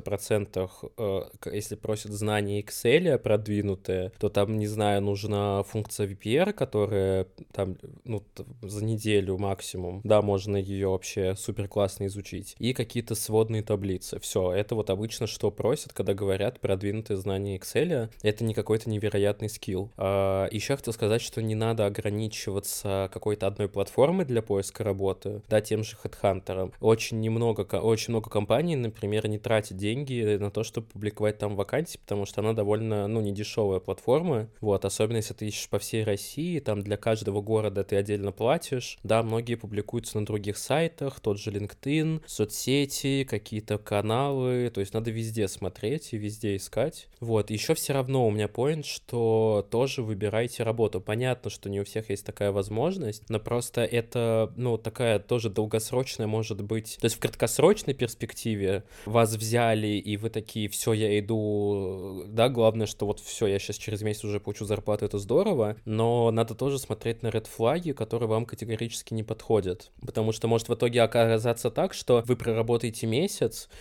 90%, если просят знания Excel продвинутые, то там, не знаю, нужна функция VPR, которая там, ну, за неделю максимум, да, можно ее вообще супер классно изучить. И какие-то сводные таблицы. Все, это вот обычно что просят, когда говорят продвинутые знания Excel. Это не какой-то невероятный скилл. Еще хотел сказать, что не надо ограничиваться какой-то одной платформой для поиска работы, да, тем же HeadHunter. Очень много компаний, например, не тратят деньги на то, чтобы публиковать там вакансии, потому что она довольно, ну, недешевая платформа, вот, особенно если ты ищешь по всей России, там для каждого города ты отдельно платишь, да, многие публикуются на других сайтах, тот же LinkedIn, соцсети, какие-то каналы, то есть надо везде смотреть и везде искать. Вот, еще все равно у меня point, что тоже выбирайте работу. Понятно, что не у всех есть такая возможность, но просто это, ну, такая тоже долгосрочная может быть. То есть в краткосрочной перспективе вас взяли, и вы такие, все, я иду, да, главное, что вот все, я сейчас через месяц уже получу зарплату, это здорово, но надо тоже смотреть на red-флаги, которые вам категорически не подходят, потому что может в итоге оказаться так, что вы проработаете месяц,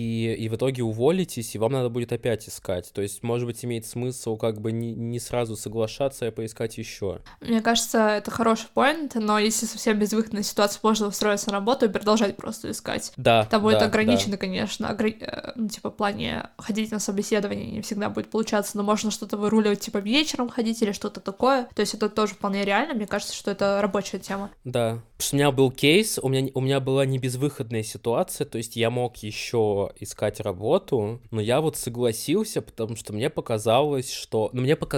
и в итоге уволитесь, и вам надо будет опять искать. То есть, может быть, имеет смысл как бы не сразу соглашаться, а поискать еще. Мне кажется, это хороший поинт, но если совсем безвыходная ситуация, можно устроиться на работу и продолжать просто искать. Да, Там будет да, ограничено, да. конечно, ну, типа, в плане ходить на собеседование не всегда будет получаться, но можно что-то выруливать, типа, вечером ходить или что-то такое. То есть это тоже вполне реально, мне кажется, что это рабочая тема. Да. Потому что у меня был кейс, у меня была не безвыходная ситуация, то есть я мог еще искать работу, но я вот согласился, потому что мне показалось, что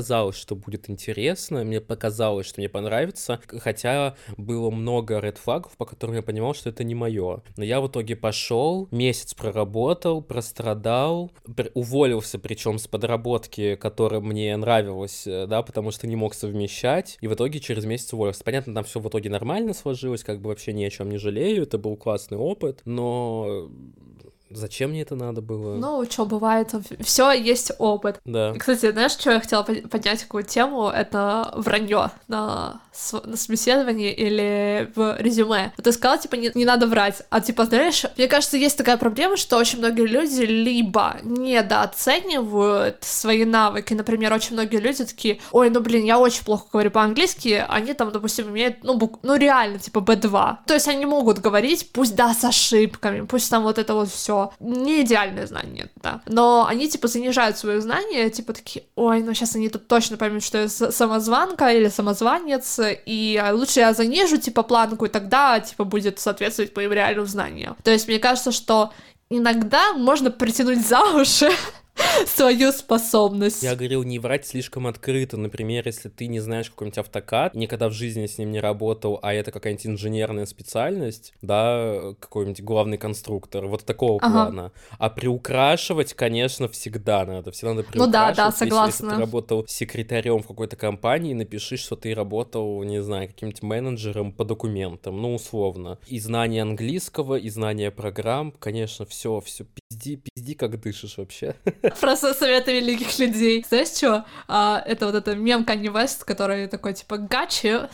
будет интересно, мне показалось, что мне понравится, хотя было много red-флагов, по которым я понимал, что это не мое. Но я в итоге пошел, месяц проработал, прострадал, уволился, причем с подработки, которая мне нравилась, да, потому что не мог совмещать, и в итоге через месяц уволился. Понятно, там все в итоге нормально сложилось, как бы вообще ни о чем не жалею, это был классный опыт, но зачем мне это надо было? Ну, что бывает, все есть опыт. Да. Кстати, знаешь, что я хотела поднять какую тему? Это вранье на собеседовании или в резюме. Ты сказала, типа, не надо врать. А типа, знаешь, мне кажется, есть такая проблема, что очень многие люди либо недооценивают свои навыки. Например, очень многие люди такие: ой, ну блин, я очень плохо говорю по-английски, они там, допустим, имеют, ну реально, типа, B2. То есть они могут говорить, пусть да, с ошибками, пусть там вот это вот все не идеальное знание, да. Но они, типа, занижают свои знания, типа, такие: ой, ну сейчас они тут точно поймут, что я самозванка или самозванец, и лучше я занижу, типа, планку, и тогда, типа, будет соответствовать моим реальным знаниям. То есть мне кажется, что иногда можно притянуть за уши свою способность. Я говорил не врать слишком открыто. Например, если ты не знаешь какой-нибудь автокад, никогда в жизни с ним не работал, а это какая-нибудь инженерная специальность, да, какой-нибудь главный конструктор, вот такого плана. А приукрашивать, конечно, всегда надо. Всегда надо приукрашивать. Ну да, согласна. Если ты работал секретарем в какой-то компании, напиши, что ты работал, не знаю, каким-нибудь менеджером по документам, ну, условно. И знание английского, и знание программ, конечно, все пизди, как дышишь вообще. Просто советы великих людей. Знаешь, что? Это вот это мем Kanye West, который такой, типа, got you.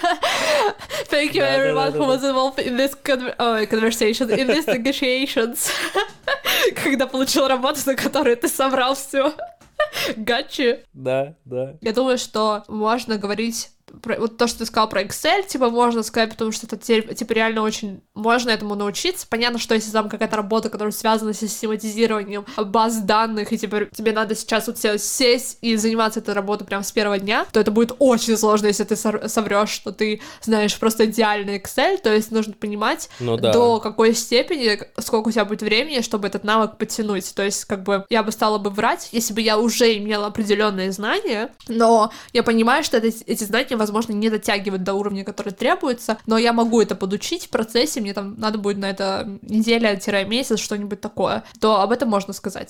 Thank you everyone who was involved in this conversation, in these negotiations. Когда получил работу, на которой ты собрал все. Got you. Да. Я думаю, что можно говорить вот то, что ты сказал про Excel, типа, можно сказать, потому что это, типа, реально очень можно этому научиться. Понятно, что если там какая-то работа, которая связана с систематизированием баз данных, и типа, тебе надо сейчас вот сесть и заниматься этой работой прямо с первого дня, то это будет очень сложно, если ты соврёшь, что ты знаешь просто идеальный Excel, то есть нужно понимать, до какой степени, сколько у тебя будет времени, чтобы этот навык подтянуть. То есть, как бы, я бы стала бы врать, если бы я уже имела определенные знания, но я понимаю, что эти знания, возможно, не дотягивают до уровня, который требуется, но я могу это подучить в процессе, мне там надо будет на это неделя-месяц, что-нибудь такое, то об этом можно сказать.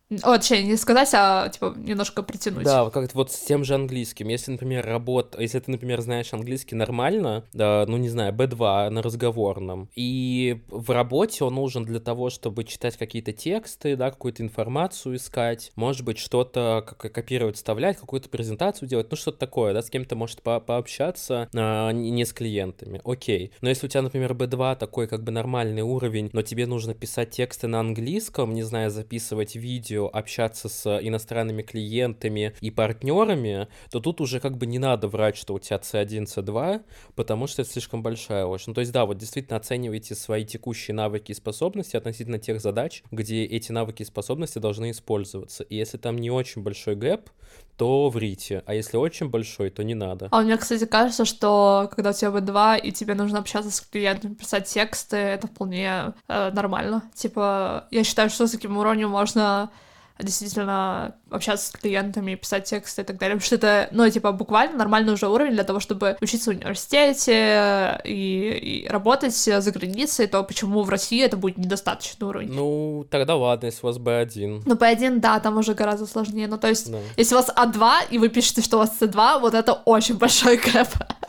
О, точнее, не сказать, а, типа, немножко притянуть. Да, вот как-то вот с тем же английским. Если, например, если ты, например, знаешь английский нормально, да, ну, не знаю, B2 на разговорном, и в работе он нужен для того, чтобы читать какие-то тексты, да, какую-то информацию искать, может быть, что-то копировать, вставлять, какую-то презентацию делать, ну, что-то такое, да, с кем-то может пообщаться, не с клиентами, окей. Но если у тебя, например, B2 такой как бы нормальный уровень, но тебе нужно писать тексты на английском, не знаю, записывать видео, общаться с иностранными клиентами и партнерами, то тут уже как бы не надо врать, что у тебя C1, C2, потому что это слишком большая ложь. Ну, то есть, да, вот действительно оценивайте свои текущие навыки и способности относительно тех задач, где эти навыки и способности должны использоваться. И если там не очень большой гэп, то врите, а если очень большой, то не надо. А мне, кстати, кажется, что когда у тебя B2 и тебе нужно общаться с клиентами, писать тексты, это вполне нормально. Типа, я считаю, что с таким уровнем можно действительно общаться с клиентами, писать тексты и так далее, потому что это, ну, типа, буквально нормальный уже уровень для того, чтобы учиться в университете и работать за границей, то почему в России это будет недостаточный уровень? Ну, тогда ладно, если у вас B1. Ну, B1, да, там уже гораздо сложнее, ну, то есть, Да. если у вас А2, и вы пишете, что у вас C2, вот это очень большой гэп.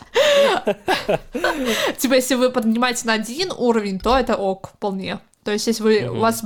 Типа, если вы поднимаете на один уровень, то это ок, вполне. То есть, если у вас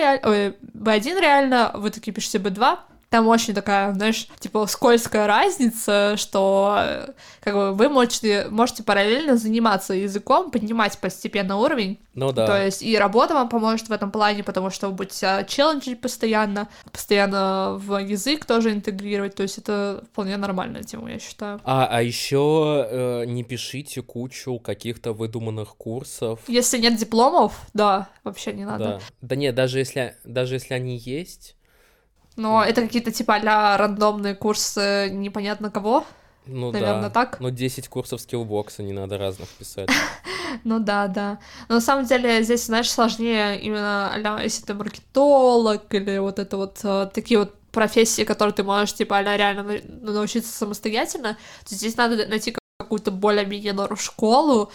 B1 реально, вы такие пишете B2, там очень такая, знаешь, типа скользкая разница, что как бы вы можете параллельно заниматься языком, поднимать постепенно уровень. Ну да. То есть и работа вам поможет в этом плане, потому что вы будете челленджить постоянно в язык тоже интегрировать. То есть это вполне нормальная тема, я считаю. А еще не пишите кучу каких-то выдуманных курсов. Если нет дипломов, да, вообще не надо. Да нет, даже если они есть. Но это какие-то типа а-ля рандомные курсы непонятно кого. Ну наверное, да. так. Ну 10 курсов скиллбокса не надо разных писать. Ну да. Но на самом деле здесь, знаешь, сложнее именно а-ля, если ты маркетолог или вот это вот такие вот профессии, которые ты можешь типа а-ля реально научиться самостоятельно, то здесь надо найти какую-то более-менее нору школу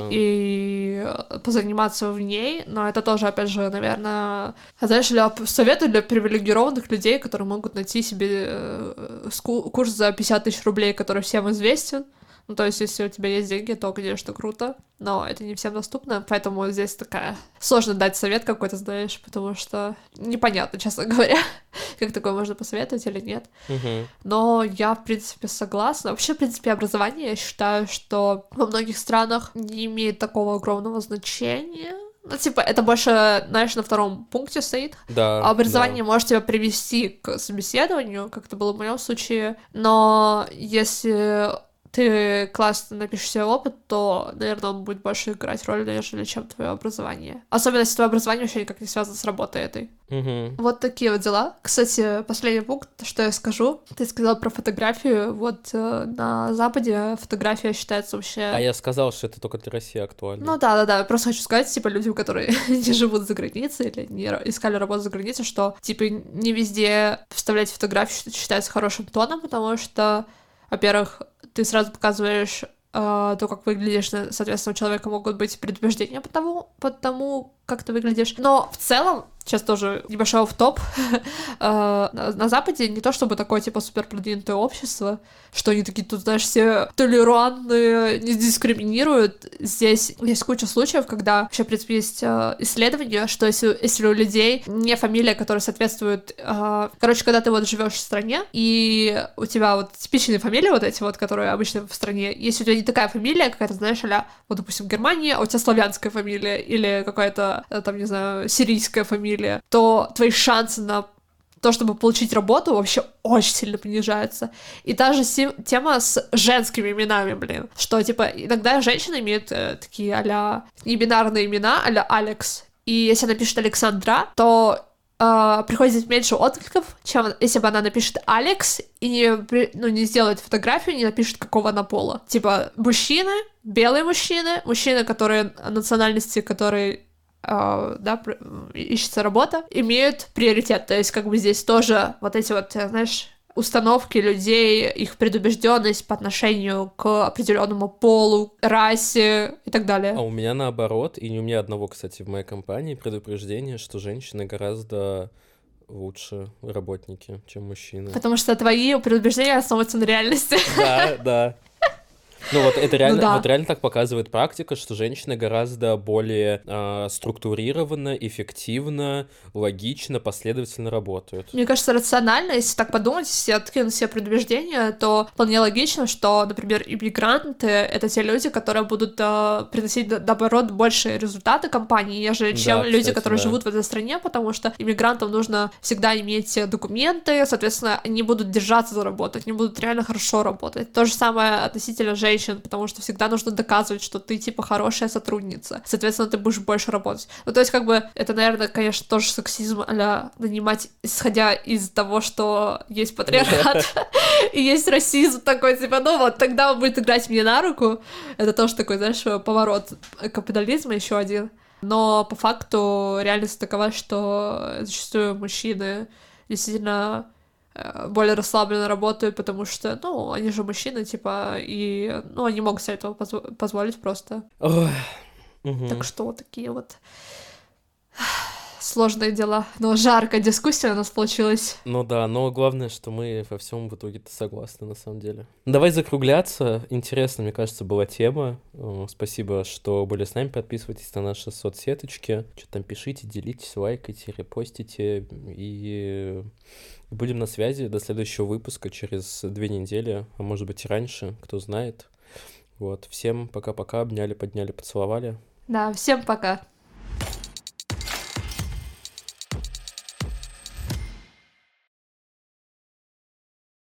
и позаниматься в ней, но это тоже, опять же, наверное, знаешь, советую для привилегированных людей, которые могут найти себе курс за 50 тысяч рублей, который всем известен. Ну, то есть, если у тебя есть деньги, то, конечно, круто, но это не всем доступно, поэтому здесь такая... Сложно дать совет какой-то, знаешь, потому что непонятно, честно говоря, как такое можно посоветовать или нет. Но я, в принципе, согласна. Вообще, в принципе, образование, я считаю, что во многих странах не имеет такого огромного значения. Ну, типа, это больше, знаешь, на втором пункте стоит. Да. Образование может тебя привести к собеседованию, как это было в моем случае, но если ты классно напишешь себе опыт, то, наверное, он будет больше играть роль, нежели чем твое образование. Особенно, если твое образование вообще никак не связано с работой этой. Вот такие вот дела. Кстати, последний пункт, что я скажу. Ты сказал про фотографию. Вот на Западе фотография считается вообще... А я сказал, что это только для России актуально. Ну да. Я просто хочу сказать, типа, людям, которые не живут за границей или не искали работу за границей, что, типа, не везде вставлять фотографию считается хорошим тоном, потому что, во-первых, ты сразу показываешь то, как выглядишь, соответственно, у человека могут быть предубеждения по тому, как ты выглядишь. Но в целом, сейчас тоже небольшой офф-топ, на Западе не то чтобы такое, типа, супер продвинутое общество, что они такие тут, знаешь, все толерантные, не дискриминируют. Здесь есть куча случаев, когда вообще, в принципе, есть исследования, что если у людей не фамилия, которая соответствует... Короче, когда ты вот живешь в стране, и у тебя вот типичные фамилии вот эти вот, которые обычно в стране, если у тебя не такая фамилия, какая-то, знаешь, а-ля, вот, допустим, в Германии, а у тебя славянская фамилия или какая-то, там, не знаю, сирийская фамилия, то твои шансы на то, чтобы получить работу, вообще очень сильно понижаются. И та же тема с женскими именами, блин. Что, типа, иногда женщины имеют такие а-ля небинарные имена, а-ля Алекс. И если она пишет Александра, то приходит меньше откликов, чем если бы она напишет Алекс и не сделает фотографию, не напишет, какого она пола. Типа, мужчины, белые мужчины, которые национальности, которые ищется работа, имеют приоритет. То есть, как бы здесь тоже вот эти вот, знаешь, установки людей, их предубежденность по отношению к определенному полу, расе и так далее. А у меня наоборот, и не у меня одного, кстати, в моей компании предупреждение, что женщины гораздо лучше работники, чем мужчины. Потому что твои предубеждения основываются на реальности. Да. Ну вот это реально, да. вот реально так показывает практика, что женщины гораздо более структурированно, эффективно, логично, последовательно работают. Мне кажется, рационально, если так подумать, если откинуть все предубеждения, то вполне логично, что, например, иммигранты — это те люди, которые будут приносить, наоборот, большие результаты компании, нежели чем люди, кстати, которые живут в этой стране, потому что иммигрантам нужно всегда иметь документы, соответственно, они будут держаться за работу, они будут реально хорошо работать. То же самое относительно женщин, потому что всегда нужно доказывать, что ты, типа, хорошая сотрудница. Соответственно, ты будешь больше работать. Ну, то есть, как бы, это, наверное, конечно, тоже сексизм а-ля нанимать, исходя из того, что есть патриархат и есть расизм такой, типа, ну вот, тогда он будет играть мне на руку. Это тоже такой, знаешь, поворот капитализма еще один. Но по факту реальность такова, что зачастую мужчины действительно более расслабленно работают, потому что, ну, они же мужчины, типа, и, ну, они могут себе этого позволить просто. Так что вот такие вот сложные дела. Но жаркая дискуссия у нас получилась. Ну да, но главное, что мы во всем в итоге-то согласны, на самом деле. Давай закругляться. Интересно, мне кажется, была тема. Спасибо, что были с нами. Подписывайтесь на наши соцсеточки. Что там пишите, делитесь, лайкайте, репостите. И будем на связи до следующего выпуска через 2 недели, а может быть и раньше, кто знает. Вот, всем пока-пока, обняли, подняли, поцеловали. Да, всем пока.